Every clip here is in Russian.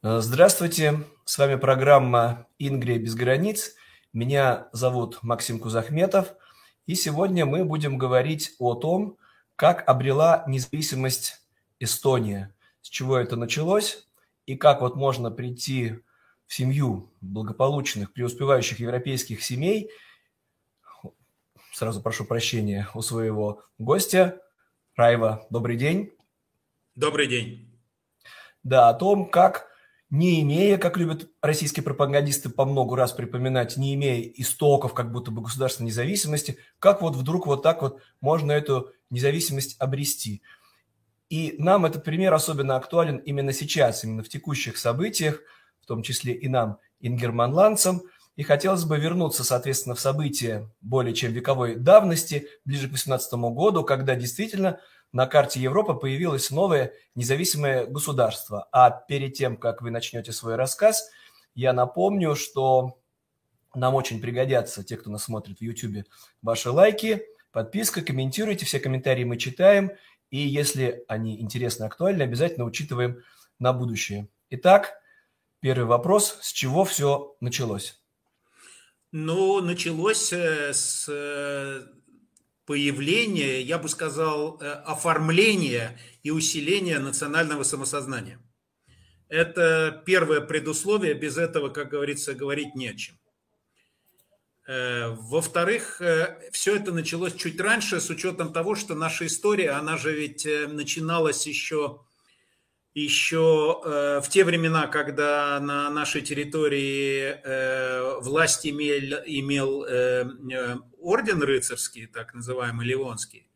Здравствуйте, с вами программа «Ингрия без границ». Меня зовут Максим Кузахметов, и сегодня мы будем говорить о том, как обрела независимость Эстония, с чего это началось и как вот можно прийти в семью благополучных, преуспевающих европейских семей. Сразу прошу прощения у своего гостя. Райва, добрый день. Добрый день. Да, о том, как, не имея, как любят российские пропагандисты по много раз припоминать, не имея истоков как будто бы государственной независимости, как вот вдруг вот так вот можно эту независимость обрести. И нам этот пример особенно актуален именно сейчас, именно в текущих событиях, в том числе и нам, ингерманландцам. И хотелось бы вернуться, соответственно, в события более чем вековой давности, ближе к 18 году, когда действительно на карте Европы появилось новое независимое государство. А перед тем, как вы начнете свой рассказ, я напомню, что нам очень пригодятся, те, кто нас смотрит в YouTube, ваши лайки, подписка, комментируйте, все комментарии мы читаем, и если они интересны и актуальны, обязательно учитываем на будущее. Итак, первый вопрос, с чего все началось? Ну, началось с появления, я бы сказал, оформления и усиления национального самосознания. Это первое предусловие, без этого, как говорится, говорить не о чем. Во-вторых, все это началось чуть раньше, с учетом того, что наша история, она же ведь начиналась еще в те времена, когда на нашей территории власть имел орден рыцарский, так называемый Ливонский.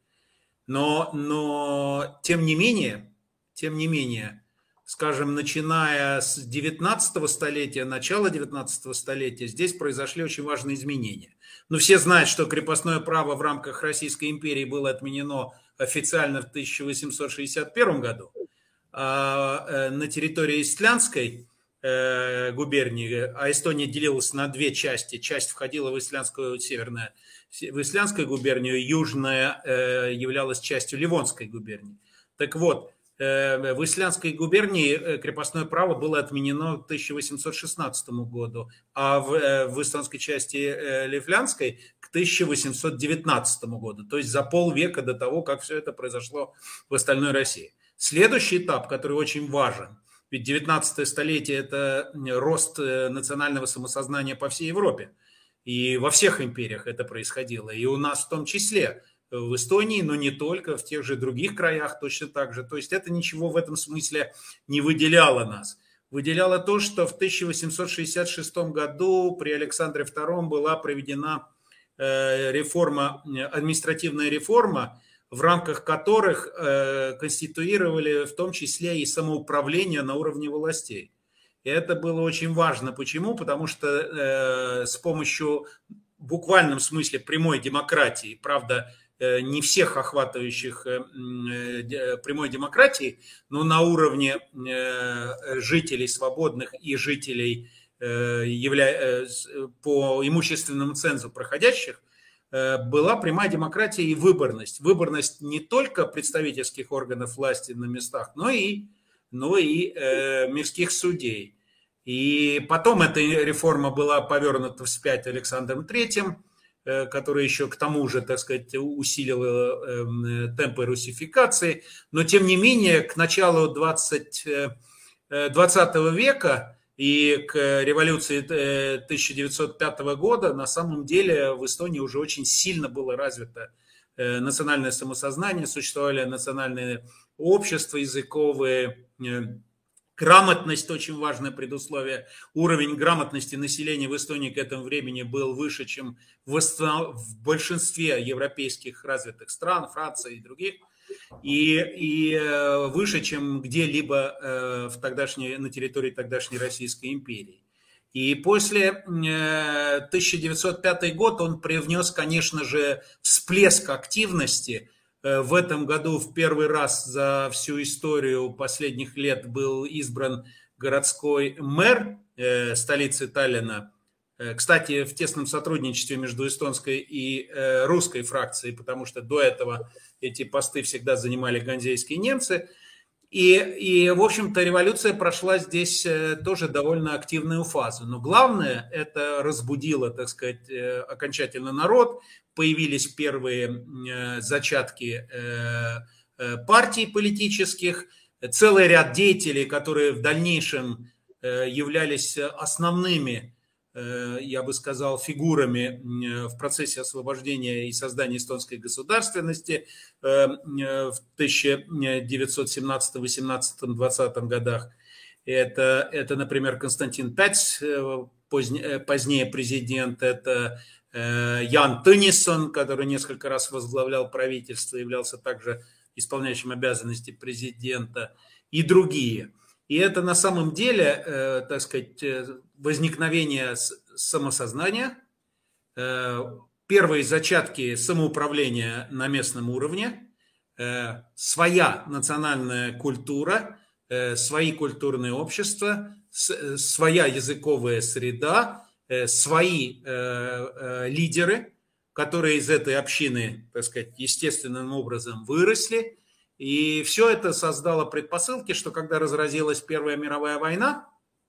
Но тем не менее, скажем, начиная с 19 столетия, начала 19 столетия, здесь произошли очень важные изменения. Но все знают, что крепостное право в рамках Российской империи было отменено официально в 1861 году. На территории Истлянской губернии, а Эстония делилась на две части. Часть входила в Истлянскую, северная, в Истлянскую губернию, южная являлась частью Ливонской губернии. Так вот, в Истлянской губернии крепостное право было отменено в 1816 году, а в эстонской части Лифлянской к 1819 году. То есть за полвека до того, как все это произошло в остальной России. Следующий этап, который очень важен, ведь 19 столетие – это рост национального самосознания по всей Европе. И во всех империях это происходило. И у нас в том числе, в Эстонии, но не только, в тех же других краях точно так же. То есть это ничего в этом смысле не выделяло нас. Выделяло то, что в 1866 году при Александре II была проведена административная реформа, в рамках которых конституировали в том числе и самоуправление на уровне властей. И это было очень важно. Почему? Потому что с помощью, в буквальном смысле, прямой демократии, правда, не всех охватывающих прямой демократии, но на уровне жителей свободных и жителей по имущественному цензу проходящих, была прямая демократия и выборность. Выборность не только представительских органов власти на местах, но и мирских судей. И потом эта реформа была повернута вспять Александром III, который еще к тому же, так сказать, усилил темпы руссификации. Но тем не менее, к началу 20 века и к революции 1905 года на самом деле в Эстонии уже очень сильно было развито национальное самосознание, существовали национальные общества языковые, грамотность очень важное предусловие. Уровень грамотности населения в Эстонии к этому времени был выше, чем в большинстве европейских развитых стран, Франции и других. И выше, чем где-либо на территории тогдашней Российской империи. И после 1905 год он привнес, конечно же, всплеск активности. В этом году в первый раз за всю историю последних лет был избран городской мэр столицы Таллина. Кстати, в тесном сотрудничестве между эстонской и русской фракцией, потому что до этого эти посты всегда занимали ганзейские немцы. И, в общем-то, революция прошла здесь тоже довольно активную фазу. Но главное, это разбудило, так сказать, окончательно народ. Появились первые зачатки партий политических, целый ряд деятелей, которые в дальнейшем являлись основными, я бы сказал, фигурами в процессе освобождения и создания эстонской государственности в 1917, 18, 20 годах. Это, например, Константин Päts, позднее президент, это Ян Tõnisson, который несколько раз возглавлял правительство, являлся также исполняющим обязанности президента, и другие. И это на самом деле, так сказать, возникновение самосознания, первые зачатки самоуправления на местном уровне, своя национальная культура, свои культурные общества, своя языковая среда, свои лидеры, которые из этой общины, так сказать, естественным образом выросли. И все это создало предпосылки, что когда разразилась Первая мировая война,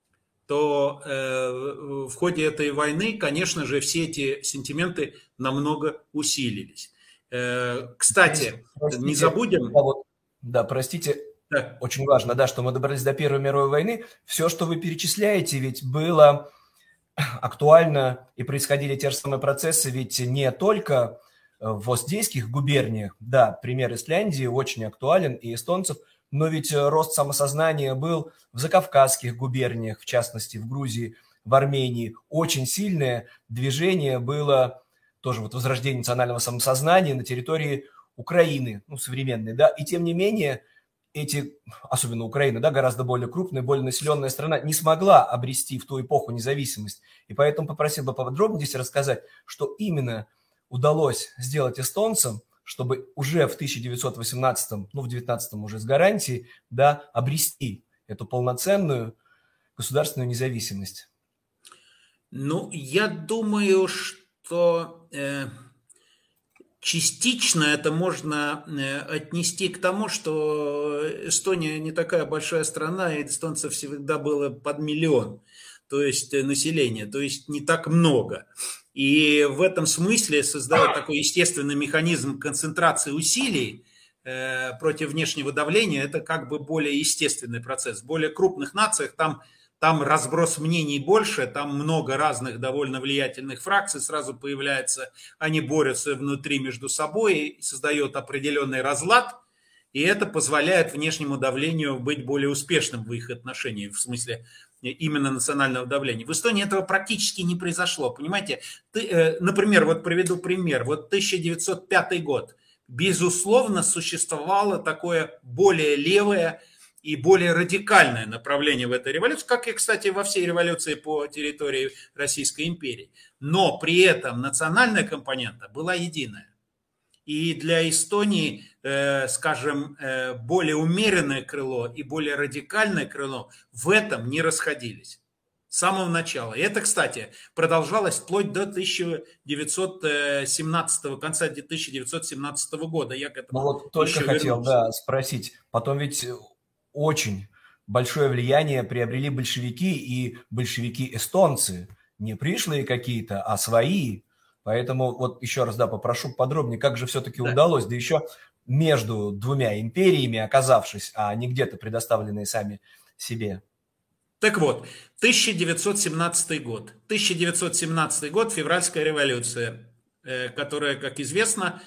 то в ходе этой войны, конечно же, все эти сентименты намного усилились. Кстати, Простите, не забудем... Да, простите, Да. очень важно, да, что мы добрались до Первой мировой войны. Все, что вы перечисляете, ведь было актуально, и происходили те же самые процессы, ведь не только в остдейских губерниях, да, пример Исляндии очень актуален, и эстонцев, но ведь рост самосознания был в закавказских губерниях, в частности, в Грузии, в Армении. Очень сильное движение было, тоже вот возрождение национального самосознания на территории Украины, ну, современной, да, и тем не менее, эти, особенно Украина, да, гораздо более крупная, более населенная страна, не смогла обрести в ту эпоху независимость. И поэтому попросил бы поподробнее здесь рассказать, что именно удалось сделать эстонцам, чтобы уже в 1918, ну, в 19 уже с гарантией, да, обрести эту полноценную государственную независимость. Ну, я думаю, что частично это можно отнести к тому, что Эстония не такая большая страна, и эстонцев всегда было под миллион, то есть населения, то есть не так много. И в этом смысле создает такой естественный механизм концентрации усилий против внешнего давления. Это как бы более естественный процесс. В более крупных нациях там разброс мнений больше, там много разных довольно влиятельных фракций сразу появляется, они борются внутри между собой, создает определенный разлад, и это позволяет внешнему давлению быть более успешным в их отношении, в смысле именно национального давления. В Эстонии этого практически не произошло, понимаете? Например, вот приведу пример, вот 1905 год, безусловно, существовало такое более левое и более радикальное направление в этой революции, как и, кстати, во всей революции по территории Российской империи. Но при этом национальная компонента была единая. И для Эстонии, скажем, более умеренное крыло и более радикальное крыло в этом не расходились с самого начала. И это, кстати, продолжалось вплоть до 1917, конца 1917 года. Я к этому вот только хотел, да, спросить. Потом ведь очень большое влияние приобрели большевики, и большевики-эстонцы, не пришлые какие-то, а свои. Поэтому вот еще раз, да, попрошу подробнее, как же все-таки удалось, да еще между двумя империями оказавшись, а не где-то предоставленные сами себе. Так вот, 1917 год. 1917 год, февральская революция, которая, как известно,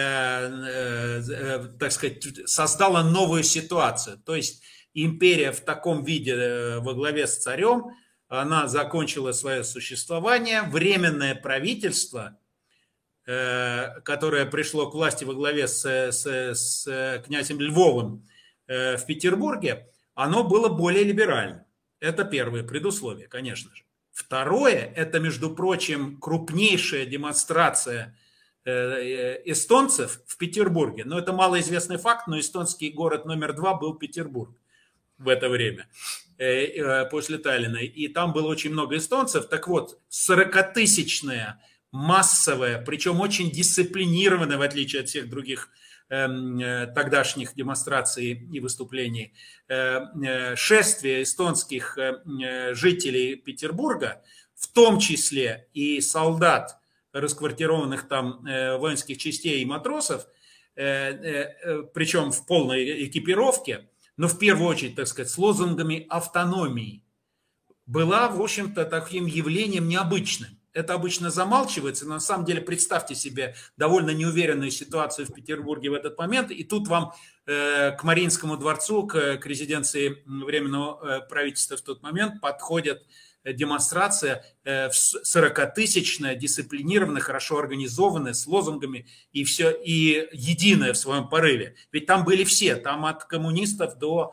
так сказать, создала новую ситуацию. То есть империя в таком виде во главе с царем, она закончила свое существование. Временное правительство, которое пришло к власти во главе с князем Львовым в Петербурге, оно было более либеральным. Это первое предусловие, конечно же. Второе, это, между прочим, крупнейшая демонстрация эстонцев в Петербурге. Но это малоизвестный факт, но эстонский город номер 2 был Петербург в это время, после Таллина. И там было очень много эстонцев. Так вот, 40-тысячная, массовая, причем очень дисциплинированная, в отличие от всех других тогдашних демонстраций и выступлений, шествие эстонских жителей Петербурга, в том числе и солдат, расквартированных там воинских частей и матросов, причем в полной экипировке, но в первую очередь, так сказать, с лозунгами автономии, была, в общем-то, таким явлением необычным. Это обычно замалчивается, но на самом деле представьте себе довольно неуверенную ситуацию в Петербурге в этот момент, и тут вам к Мариинскому дворцу, к резиденции Временного правительства в тот момент подходят демонстрация 40-тысячная, дисциплинированная, хорошо организованная, с лозунгами и все, и единая в своем порыве. Ведь там были все, там от коммунистов до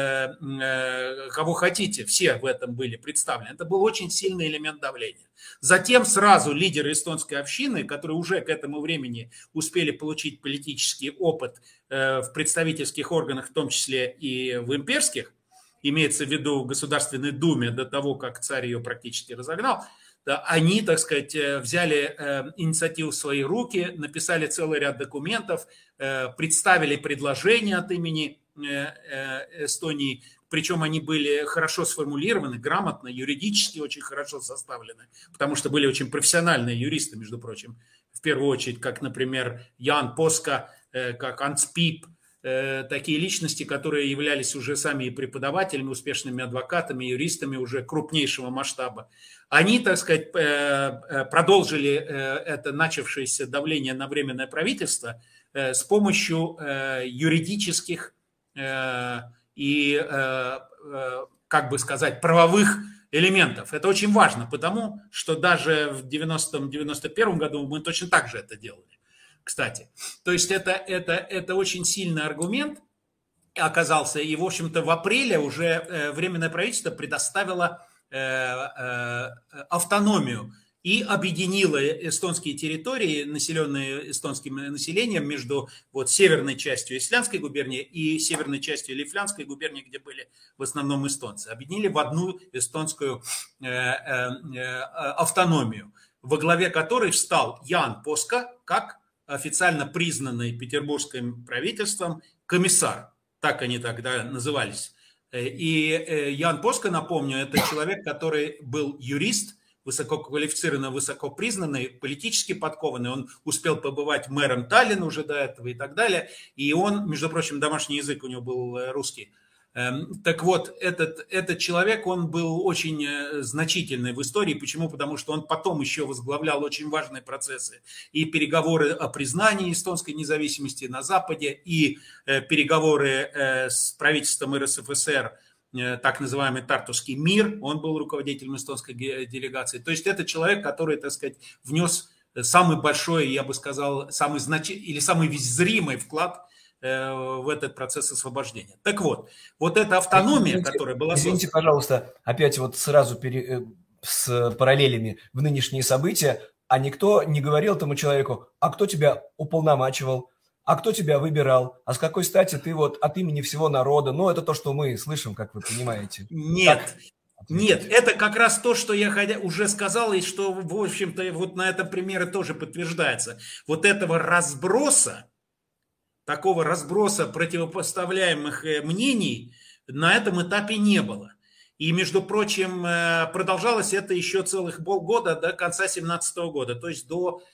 кого хотите, все в этом были представлены. Это был очень сильный элемент давления. Затем сразу лидеры эстонской общины, которые уже к этому времени успели получить политический опыт в представительских органах, в том числе и в имперских, имеется в виду в Государственной Думе до того, как царь ее практически разогнал, да, они, так сказать, взяли инициативу в свои руки, написали целый ряд документов, представили предложения от имени Эстонии, причем они были хорошо сформулированы, грамотно, юридически очень хорошо составлены, потому что были очень профессиональные юристы, между прочим, в первую очередь, как, например, Ян Поска, как Анс Пип, такие личности, которые являлись уже сами и преподавателями, успешными адвокатами, юристами уже крупнейшего масштаба. Они, так сказать, продолжили это начавшееся давление на Временное правительство с помощью юридических и, как бы сказать, правовых элементов. Это очень важно, потому что даже в 90-91 году мы точно так же это делали. Кстати, то есть это очень сильный аргумент оказался, и, в общем-то, в апреле уже Временное правительство предоставило автономию и объединило эстонские территории, населенные эстонским населением, между вот северной частью Исландской губернии и северной частью Лифляндской губернии, где были в основном эстонцы. Объединили в одну эстонскую автономию, во главе которой встал Ян Поска, как официально признанный петербургским правительством комиссар, так они тогда назывались. И Ян Поска, напомню, это человек, который был юрист, высококвалифицированно, высокопризнанный, политически подкованный. Он успел побывать мэром Таллина уже до этого и так далее. И он, между прочим, домашний язык у него был русский. Так вот, этот человек, он был очень значительный в истории. Почему? Потому что он потом еще возглавлял очень важные процессы. И переговоры о признании эстонской независимости на Западе, и переговоры с правительством РСФСР, так называемый Тартусский мир. Он был руководителем эстонской делегации. То есть это человек, который, так сказать, внес самый большой, я бы сказал, самый значительный или самый зримый вклад в этот процесс освобождения. Так вот, вот эта автономия, которая была создана... Извините, пожалуйста, опять вот сразу с параллелями в нынешние события, а никто не говорил тому человеку, а кто тебя уполномачивал, а кто тебя выбирал, а с какой стати ты вот от имени всего народа, ну это то, что мы слышим, как вы понимаете. Нет. Нет, это как раз то, что я уже сказал, и что, в общем-то, вот на этом примере тоже подтверждается. Вот этого разброса, такого разброса противопоставляемых мнений на этом этапе не было. И, между прочим, продолжалось это еще целых полгода до конца 2017 года, то есть до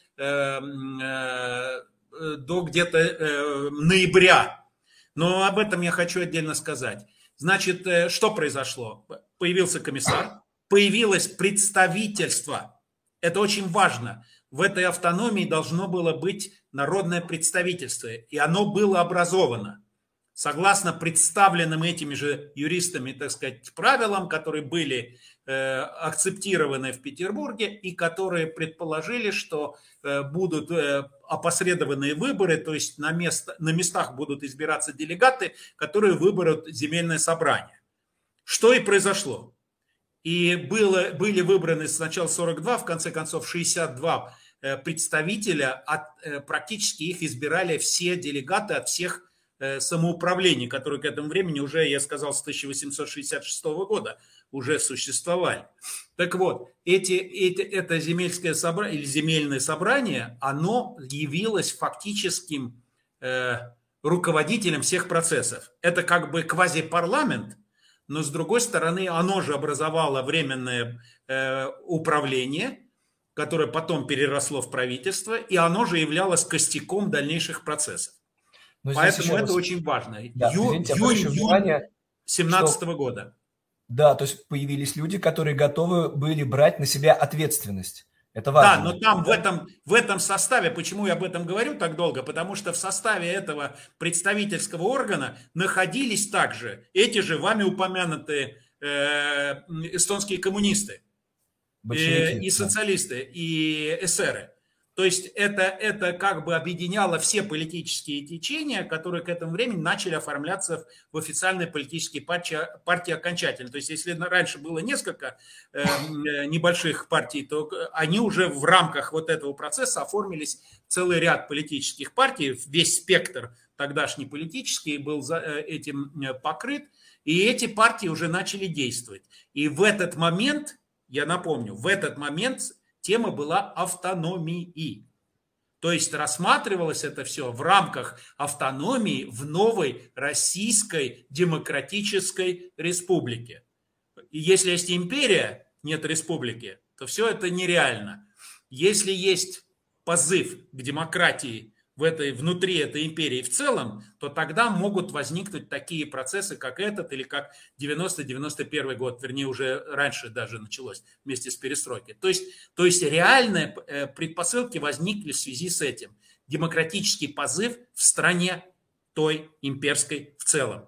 где-то ноября. Но об этом я хочу отдельно сказать. Значит, что произошло? Появился комиссар, появилось представительство. Это очень важно. В этой автономии должно было быть народное представительство, и оно было образовано согласно представленным этими же юристами, так сказать, правилам, которые были акцептированы в Петербурге и которые предположили, что будут опосредованные выборы, то есть на местах будут избираться делегаты, которые выберут земельное собрание. Что и произошло. И были выбраны сначала 42, в конце концов 62 представителя, практически их избирали все делегаты от всех самоуправлений, которые к этому времени уже, я сказал, с 1866 года уже существовали. Так вот, это земельное собрание, оно явилось фактическим руководителем всех процессов. Это как бы квазипарламент, но с другой стороны оно же образовало временное управление, которое потом переросло в правительство, и оно же являлось костяком дальнейших процессов. Но здесь Поэтому еще это раз, очень важно. да, извините, обращу Июнь внимание, 2017 что года. да, то есть появились люди, которые готовы были брать на себя ответственность. Это Да, важно. но там в этом составе, почему я об этом говорю так долго, потому что в составе этого представительского органа находились также эти же вами упомянутые эстонские коммунисты, Большевики. и социалисты, и эсеры. То есть это как бы объединяло все политические течения, которые к этому времени начали оформляться в официальные политические партии окончательно. То есть если раньше было несколько небольших партий, то они уже в рамках вот этого процесса оформились целый ряд политических партий, весь спектр тогдашний политический был этим покрыт, и эти партии уже начали действовать. И в этот момент, я напомню, в этот момент тема была автономии. То есть рассматривалось это все в рамках автономии в новой Российской Демократической Республике. И если есть империя, нет республики, то все это нереально. Если есть позыв к демократии внутри этой империи в целом, то тогда могут возникнуть такие процессы, как этот, или как 90-91 год, вернее, уже раньше даже началось вместе с перестройкой. То есть реальные предпосылки возникли в связи с этим. Демократический позыв в стране той имперской в целом.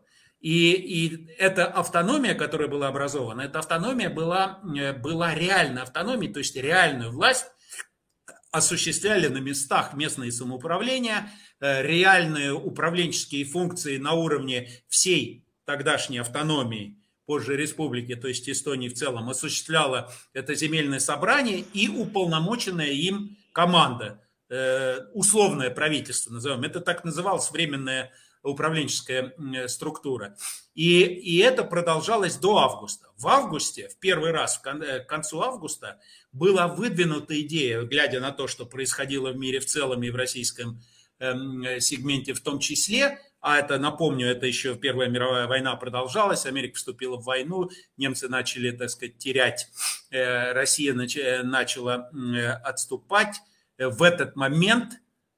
И эта автономия, которая была образована, эта автономия была реальной автономией, то есть реальную власть осуществляли на местах местные самоуправления, реальные управленческие функции на уровне всей тогдашней автономии, позже республики, то есть Эстонии в целом, осуществляло это земельное собрание и уполномоченная им команда, условное правительство назовем. Это так называлась временная управленческая структура. И это продолжалось до августа. В августе, в первый раз, к концу августа, была выдвинута идея, глядя на то, что происходило в мире в целом и в российском сегменте в том числе, а это, напомню, это еще Первая мировая война продолжалась, Америка вступила в войну, немцы начали, так сказать, терять, Россия начала отступать. В этот момент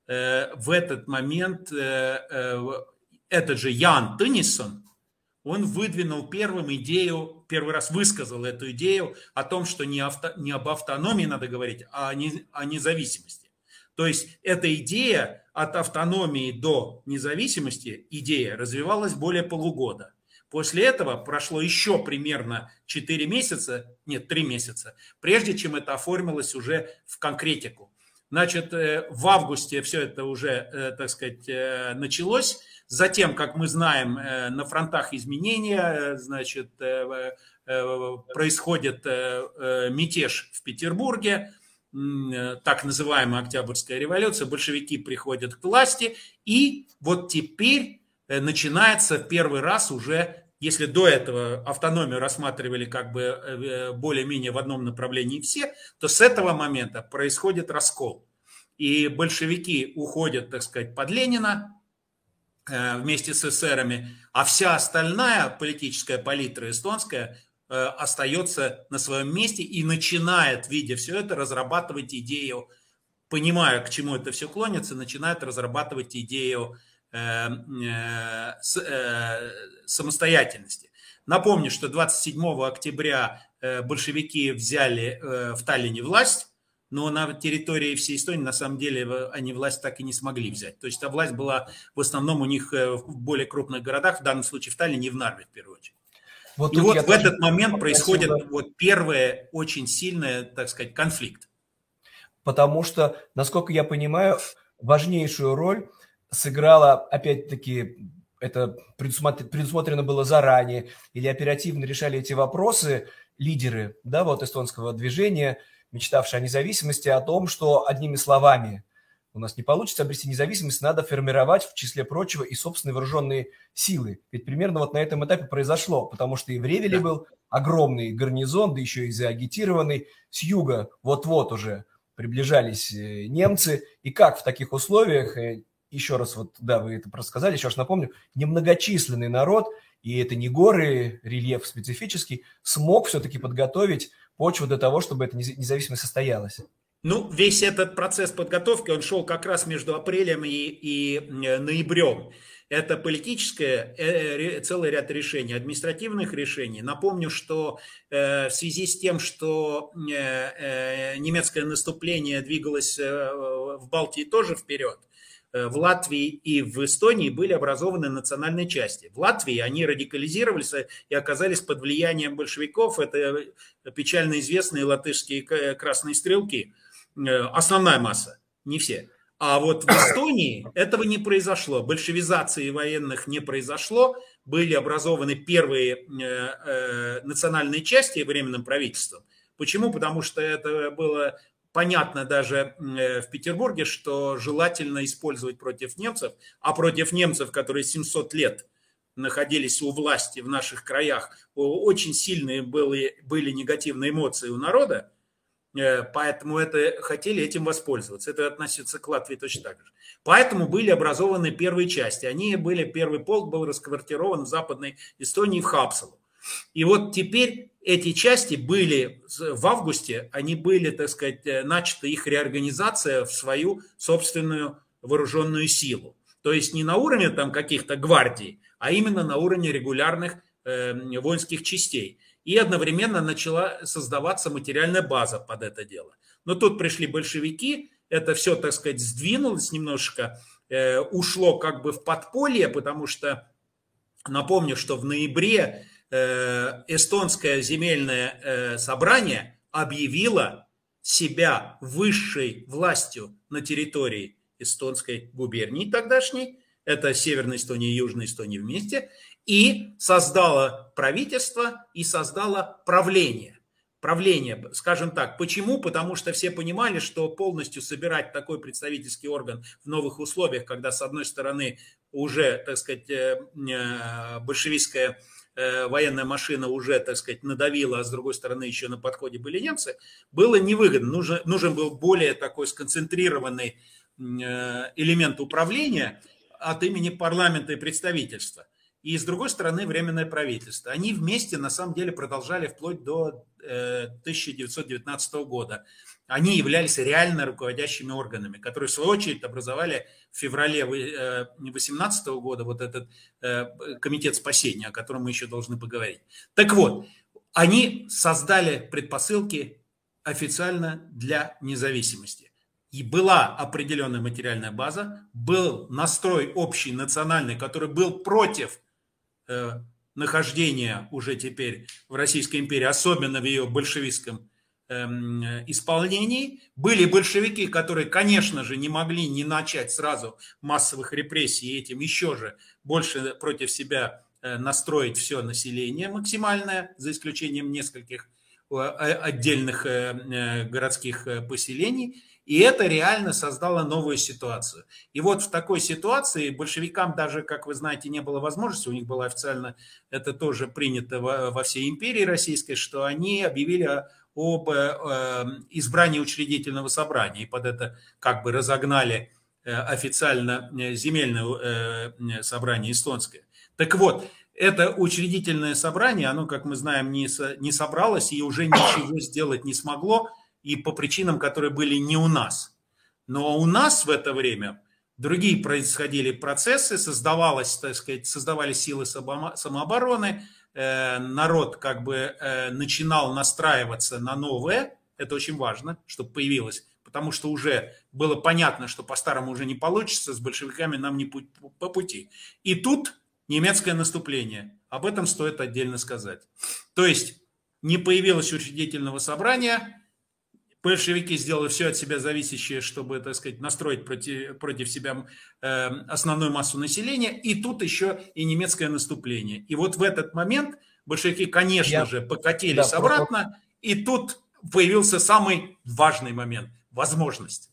этот же Ян Тыннисон, он выдвинул первый раз высказал эту идею о том, что не об автономии надо говорить, а о независимости. То есть эта идея от автономии до независимости, идея развивалась более полугода. После этого прошло еще примерно 3 месяца, прежде чем это оформилось уже в конкретику. Значит, в августе все это уже, так сказать, началось. Затем, как мы знаем, на фронтах изменения, значит, происходит мятеж в Петербурге, так называемая Октябрьская революция, большевики приходят к власти, и вот теперь начинается в первый раз уже, если до этого автономию рассматривали как бы более-менее в одном направлении все, то с этого момента происходит раскол. И большевики уходят, так сказать, под Ленина вместе с эсерами, а вся остальная политическая палитра эстонская остается на своем месте и начинает, видя все это, разрабатывать идею, понимая, к чему это все клонится, начинает разрабатывать идею самостоятельности. Напомню, что 27 октября большевики взяли в Таллине власть, но на территории всей Эстонии, на самом деле, они власть так и не смогли взять. То есть та власть была в основном у них в более крупных городах, в данном случае в Таллине и в Нарве, в первую очередь. И вот в этот момент происходит вот первый очень сильный, так сказать, конфликт. Потому что, насколько я понимаю, важнейшую роль сыграла, опять-таки, это предусмотрено было заранее, или оперативно решали эти вопросы лидеры, да, вот эстонского движения, мечтавшие о независимости, о том, что одними словами у нас не получится обрести независимость, надо формировать, в числе прочего, и собственные вооруженные силы. Ведь примерно вот на этом этапе произошло, потому что и в Ревеле был огромный гарнизон, да еще и заагитированный, с юга вот-вот уже приближались немцы, и как в таких условиях еще раз, вот, да, вы это рассказали, еще раз напомню, немногочисленный народ, и это не горы, рельеф специфический, смог все-таки подготовить почву для того, чтобы эта независимость состоялась. Ну, весь этот процесс подготовки, он шел как раз между апрелем и ноябрем. Это политическое, целый ряд решений, административных решений. Напомню, что в связи с тем, что немецкое наступление двигалось в Балтии тоже вперед, в Латвии и в Эстонии были образованы национальные части. В Латвии они радикализировались и оказались под влиянием большевиков. Это печально известные латышские красные стрелки. Основная масса, не все. А вот в Эстонии этого не произошло. Большевизации военных не произошло. Были образованы первые национальные части временным правительством. Почему? Потому что это было понятно даже в Петербурге, что желательно использовать против немцев, а против немцев, которые 700 лет находились у власти в наших краях, очень сильные были негативные эмоции у народа, поэтому хотели этим воспользоваться. Это относится к Латвии точно так же. Поэтому были образованы первые части. Первый полк был расквартирован в Западной Эстонии в Хапсалу. И вот теперь эти части были в августе, они были, так сказать, начата их реорганизация в свою собственную вооруженную силу. То есть не на уровне там каких-то гвардий, а именно на уровне регулярных воинских частей. И одновременно начала создаваться материальная база под это дело. Но тут пришли большевики, это все, так сказать, сдвинулось немножко, ушло как бы в подполье, потому что, напомню, что в ноябре эстонское земельное собрание объявило себя высшей властью на территории эстонской губернии тогдашней, это Северная Эстония и Южная Эстония вместе, и создала правительство и создала правление. Правление, скажем так. Почему? Потому что все понимали, что полностью собирать такой представительский орган в новых условиях, когда с одной стороны уже, так сказать, большевистская военная машина уже, так сказать, надавила, а с другой стороны еще на подходе были немцы, было невыгодно. Нужен был более такой сконцентрированный элемент управления от имени парламента и представительства. И с другой стороны временное правительство. Они вместе на самом деле продолжали вплоть до 1919 года. Они являлись реально руководящими органами, которые в свою очередь образовали в феврале 2018 года вот этот комитет спасения, о котором мы еще должны поговорить. Так вот, они создали предпосылки официально для независимости. И была определенная материальная база, был настрой общий национальный, который был против нахождения уже теперь в Российской империи, особенно в ее большевистском исполнении. Были большевики, которые, конечно же, не могли не начать сразу массовых репрессий и этим еще же больше против себя настроить все население максимальное, за исключением нескольких отдельных городских поселений. И это реально создало новую ситуацию. И вот в такой ситуации большевикам даже, как вы знаете, не было возможности, у них было официально это тоже принято во всей империи российской, что они объявили об избрании учредительного собрания. И под это как бы разогнали официально земельное собрание эстонское. Так вот, это учредительное собрание, оно, как мы знаем, не собралось и уже ничего сделать не смогло, и по причинам, которые были не у нас. Но у нас в это время другие происходили процессы, создавались силы самообороны, народ как бы начинал настраиваться на новое, это очень важно, чтобы появилось, потому что уже было понятно, что по-старому уже не получится, с большевиками нам не по пути. И тут немецкое наступление, об этом стоит отдельно сказать. То есть не появилось учредительного собрания, большевики сделали все от себя зависящее, чтобы, так сказать, настроить против себя основную массу населения. И тут еще и немецкое наступление. И вот в этот момент большевики, конечно же, покатились обратно. И тут появился самый важный момент – возможность.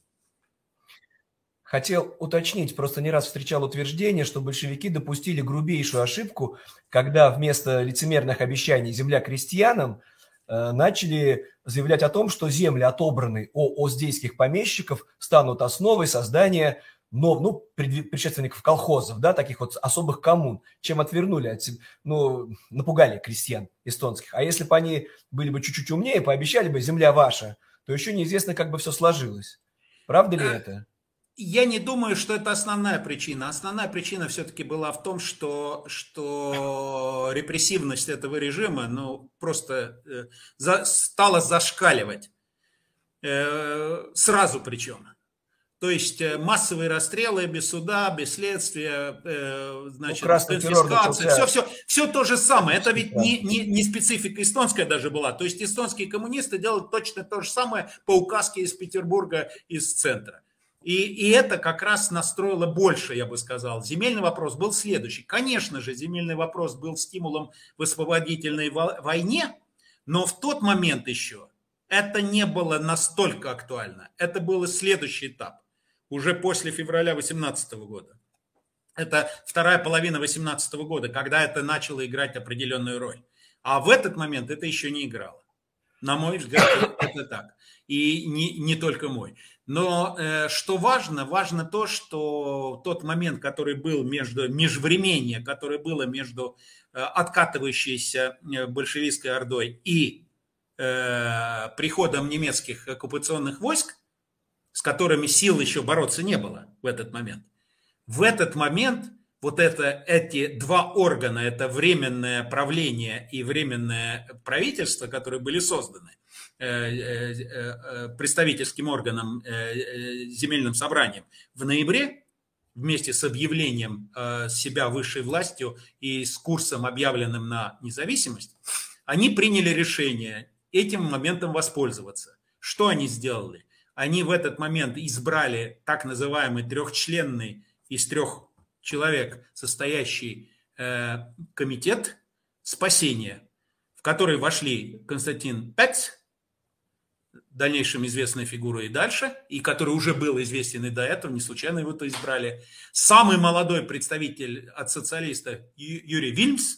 Хотел уточнить, просто не раз встречал утверждение, что большевики допустили грубейшую ошибку, когда вместо лицемерных обещаний «земля крестьянам» начали заявлять о том, что земли, отобранные у оздейских помещиков, станут основой создания но, ну, предшественников колхозов, да, таких вот особых коммун, чем отвернули, ну, напугали крестьян эстонских. А если бы они были бы чуть-чуть умнее, пообещали бы «земля ваша», то еще неизвестно, как бы все сложилось. Правда ли это? Я не думаю, что это основная причина. Основная причина все-таки была в том, что репрессивность этого режима, ну, просто стала зашкаливать. Сразу причем. То есть массовые расстрелы без суда, без следствия, значит, конфискация, все то же самое. Это ведь не специфика эстонская даже была. То есть эстонские коммунисты делают точно то же самое по указке из Петербурга, из центра. И это как раз настроило больше, я бы сказал. Земельный вопрос был следующий. Конечно же, земельный вопрос был стимулом в освободительной войне, но в тот момент еще это не было настолько актуально. Это был следующий этап, уже после февраля 2018 года. Это вторая половина 2018 года, когда это начало играть определенную роль. А в этот момент это еще не играло. На мой взгляд, это так. И не только мой. Но что важно, важно то, что тот момент, который был межвременье, которое было между откатывающейся большевистской ордой и приходом немецких оккупационных войск, с которыми сил еще бороться не было в этот момент. В этот момент вот эти два органа, это временное правление и временное правительство, которые были созданы представительским органом, земельным собранием в ноябре, вместе с объявлением себя высшей властью и с курсом, объявленным на независимость, они приняли решение этим моментом воспользоваться. Что они сделали? Они в этот момент избрали так называемый трехчленный из 3 человек состоящий комитет спасения, в который вошли Константин Пец, в дальнейшем известная фигура и дальше, и который уже был известен и до этого, не случайно его-то избрали. Самый молодой представитель от социалистов Юрий Вильмс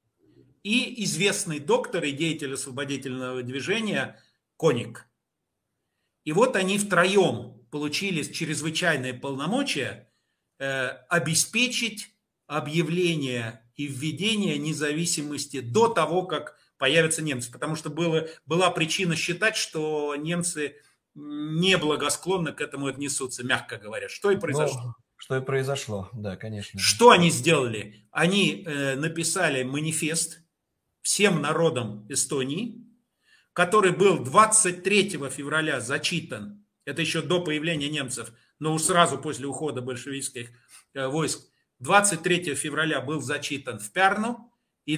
и известный доктор и деятель освободительного движения Коник. И вот они втроем получили чрезвычайные полномочия обеспечить объявление и введение независимости до того, как появятся немцы. Потому что была причина считать, что немцы неблагосклонно к этому отнесутся, мягко говоря. Что и произошло. Ну, что и произошло, да, конечно. Что они сделали? Они написали манифест всем народам Эстонии, который был 23 февраля зачитан, это еще до появления немцев, но сразу после ухода большевистских войск, 23 февраля был зачитан в Пярну и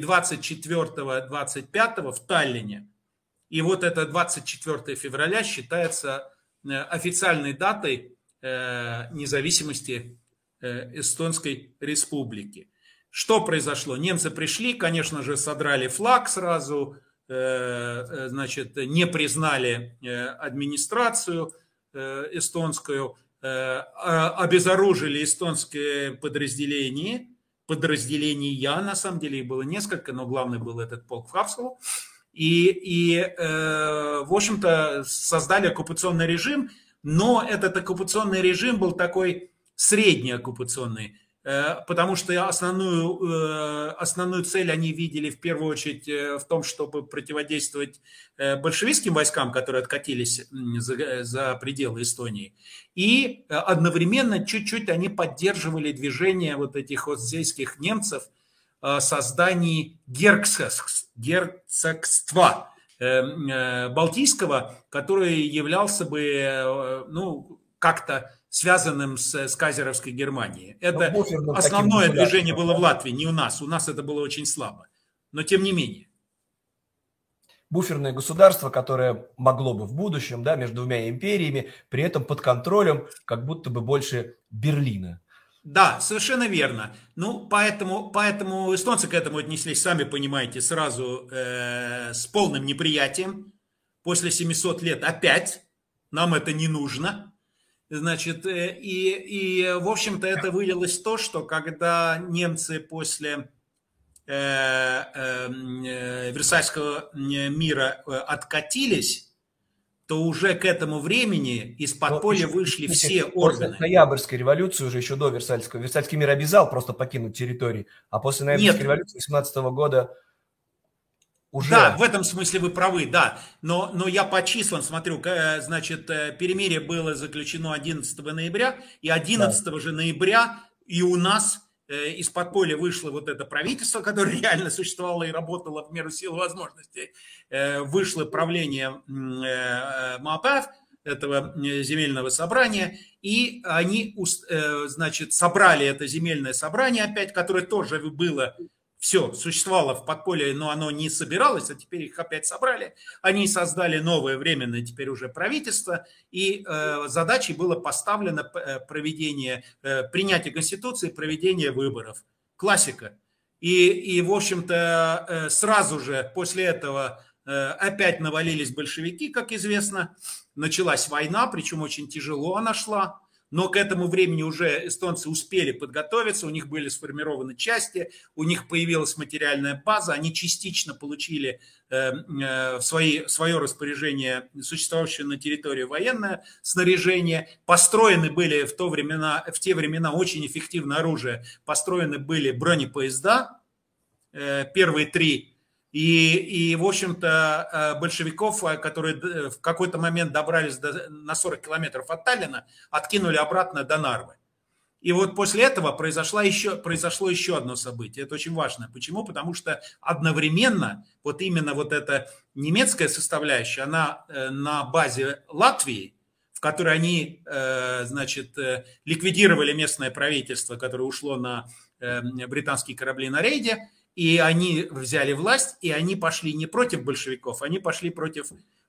24-25 в Таллине. И вот это 24 февраля считается официальной датой независимости Эстонской Республики. Что произошло? Немцы пришли, конечно же, содрали флаг сразу, значит, не признали администрацию эстонскую, обезоружили эстонские подразделения, на самом деле их было несколько, но главный был этот полк Хавсову, и в общем-то, создали оккупационный режим, но этот оккупационный режим был такой средний оккупационный, потому что основную цель они видели в первую очередь в том, чтобы противодействовать большевистским войскам, которые откатились за пределы Эстонии. И одновременно чуть-чуть они поддерживали движение вот этих остзейских немцев о создании герцогства Балтийского, который являлся бы, ну, как-то связанным с кайзеровской Германией. Это основное движение было в Латвии, не у нас. У нас это было очень слабо. Но тем не менее. Буферное государство, которое могло бы в будущем, да, между двумя империями, при этом под контролем как будто бы больше Берлина. Да, совершенно верно. Ну, поэтому эстонцы к этому отнеслись, сами понимаете, сразу с полным неприятием. После 700 лет опять нам это не нужно. Значит, и в общем-то, это вылилось в то, что когда немцы после Версальского мира откатились, то уже к этому времени из подполья вышли все После органы. Ноябрьской революции, уже еще до Версальского, Версальский мир обязал просто покинуть территории, а после Ноябрьской революции 18 года уже... Да, в этом смысле вы правы, да. Но я по числам смотрю, значит, перемирие было заключено 11 ноября, и 11 же ноября и у нас из подполья вышло вот это правительство, которое реально существовало и работало в меру сил и возможностей. Вышло правление МАПАФ, этого земельного собрания, и они, значит, собрали это земельное собрание опять, которое тоже было... Все, существовало в подполье, но оно не собиралось, а теперь их опять собрали. Они создали новое временное теперь уже правительство, и задачей было поставлено принятие Конституции, проведение выборов. Классика. И в общем-то, сразу же после этого опять навалились большевики, как известно. Началась война, причем очень тяжело она шла. Но к этому времени уже эстонцы успели подготовиться, у них были сформированы части, у них появилась материальная база, они частично получили в свое распоряжение существовавшее на территории военное снаряжение. Построены были в те времена очень эффективное оружие, построены были бронепоезда, первые 3. И, в общем-то, большевиков, которые в какой-то момент добрались на 40 километров от Таллина, откинули обратно до Нарвы. И вот после этого произошло еще одно событие. Это очень важно. Почему? Потому что одновременно вот именно вот эта немецкая составляющая, она на базе Латвии, в которой они, значит, ликвидировали местное правительство, которое ушло на британские корабли на рейде, и они взяли власть, и они пошли не против большевиков, они пошли против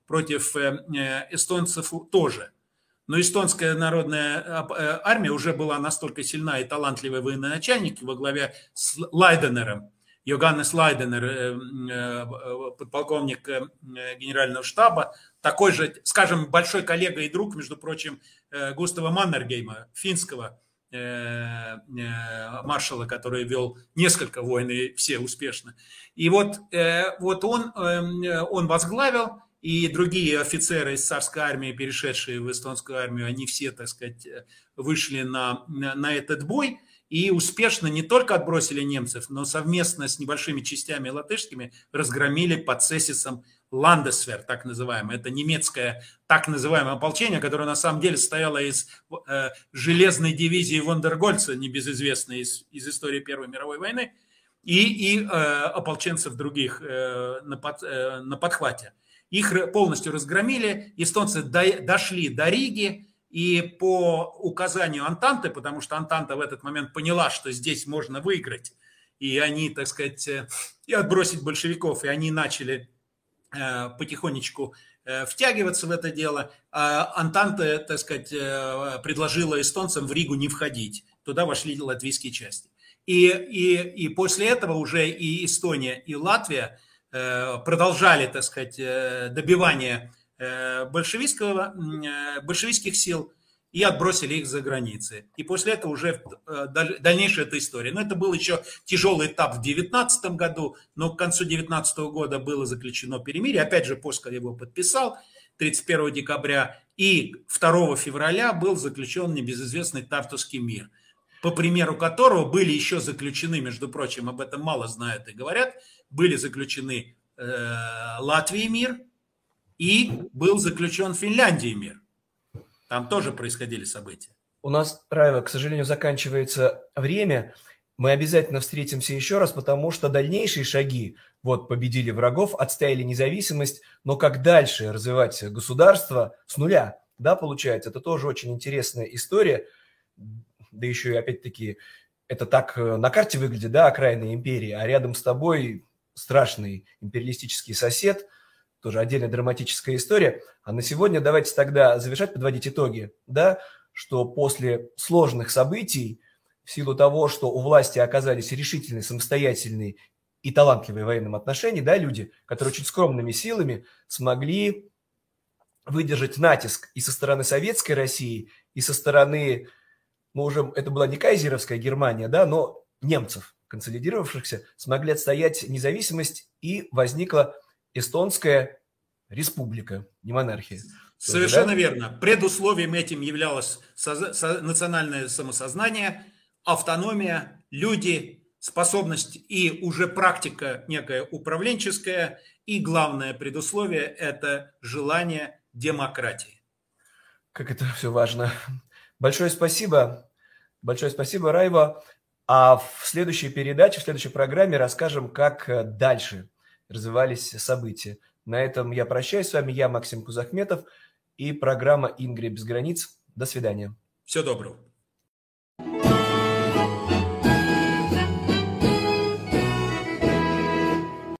эстонцев тоже. Но эстонская народная армия уже была настолько сильна и талантливый военачальник во главе с Лайденером, Йоганнес Лайденер, подполковник генерального штаба, такой же, скажем, большой коллега и друг, между прочим, Густава Маннергейма, финского маршала, который вел несколько войн, и все успешно. И вот он возглавил, и другие офицеры из царской армии, перешедшие в эстонскую армию, они все, так сказать, вышли на этот бой и успешно не только отбросили немцев, но совместно с небольшими частями латышскими разгромили под Цесисом Ландесвер, так называемое. Это немецкое так называемое ополчение, которое на самом деле состояло из железной дивизии Вондергольца, небезызвестной из истории Первой мировой войны, и ополченцев других на подхвате. Их полностью разгромили, эстонцы дошли до Риги, и по указанию Антанты, потому что Антанта в этот момент поняла, что здесь можно выиграть, и они, так сказать, и отбросить большевиков, и они начали потихонечку втягиваться в это дело. Антанта, так сказать, предложила эстонцам в Ригу не входить. Туда вошли латвийские части. И после этого уже и Эстония, и Латвия продолжали, так сказать, добивание большевистских сил и отбросили их за границы. И после этого уже дальнейшая эта история. Но это был еще тяжелый этап в 2019 году, но к концу 2019 года было заключено перемирие. Опять же, Поскаль его подписал 31 декабря, и 2 февраля был заключен небезызвестный Тартусский мир, по примеру которого были еще заключены, между прочим, об этом мало знают и говорят, были заключены Латвии мир и был заключен Финляндии мир. Там тоже происходили события. У нас, Райва, к сожалению, заканчивается время. Мы обязательно встретимся еще раз, потому что дальнейшие шаги, вот победили врагов, отстояли независимость, но как дальше развивать государство с нуля, да, получается, это тоже очень интересная история. Да еще и опять-таки это так на карте выглядит, да, окраина империи, а рядом с тобой страшный империалистический сосед, тоже отдельная драматическая история. А на сегодня давайте тогда завершать, подводить итоги, да, что после сложных событий, в силу того, что у власти оказались решительные, самостоятельные и талантливые в военном отношении, да, люди, которые очень скромными силами смогли выдержать натиск и со стороны Советской России, и со стороны, ну, уже это была не кайзеровская Германия, да, но немцев, консолидировавшихся, смогли отстоять независимость, и возникла Эстонская республика, не монархия. Совершенно да? верно. Предусловием этим являлось национальное самосознание, автономия, люди, способность и уже практика некая управленческая. И главное предусловие – это желание демократии. Как это все важно. Большое спасибо. Большое спасибо, Райва. А в следующей передаче, в следующей программе расскажем, как дальше развивались события. На этом я прощаюсь с вами. Я Максим Кузахметов и программа «Ингрия без границ». До свидания. Всего доброго.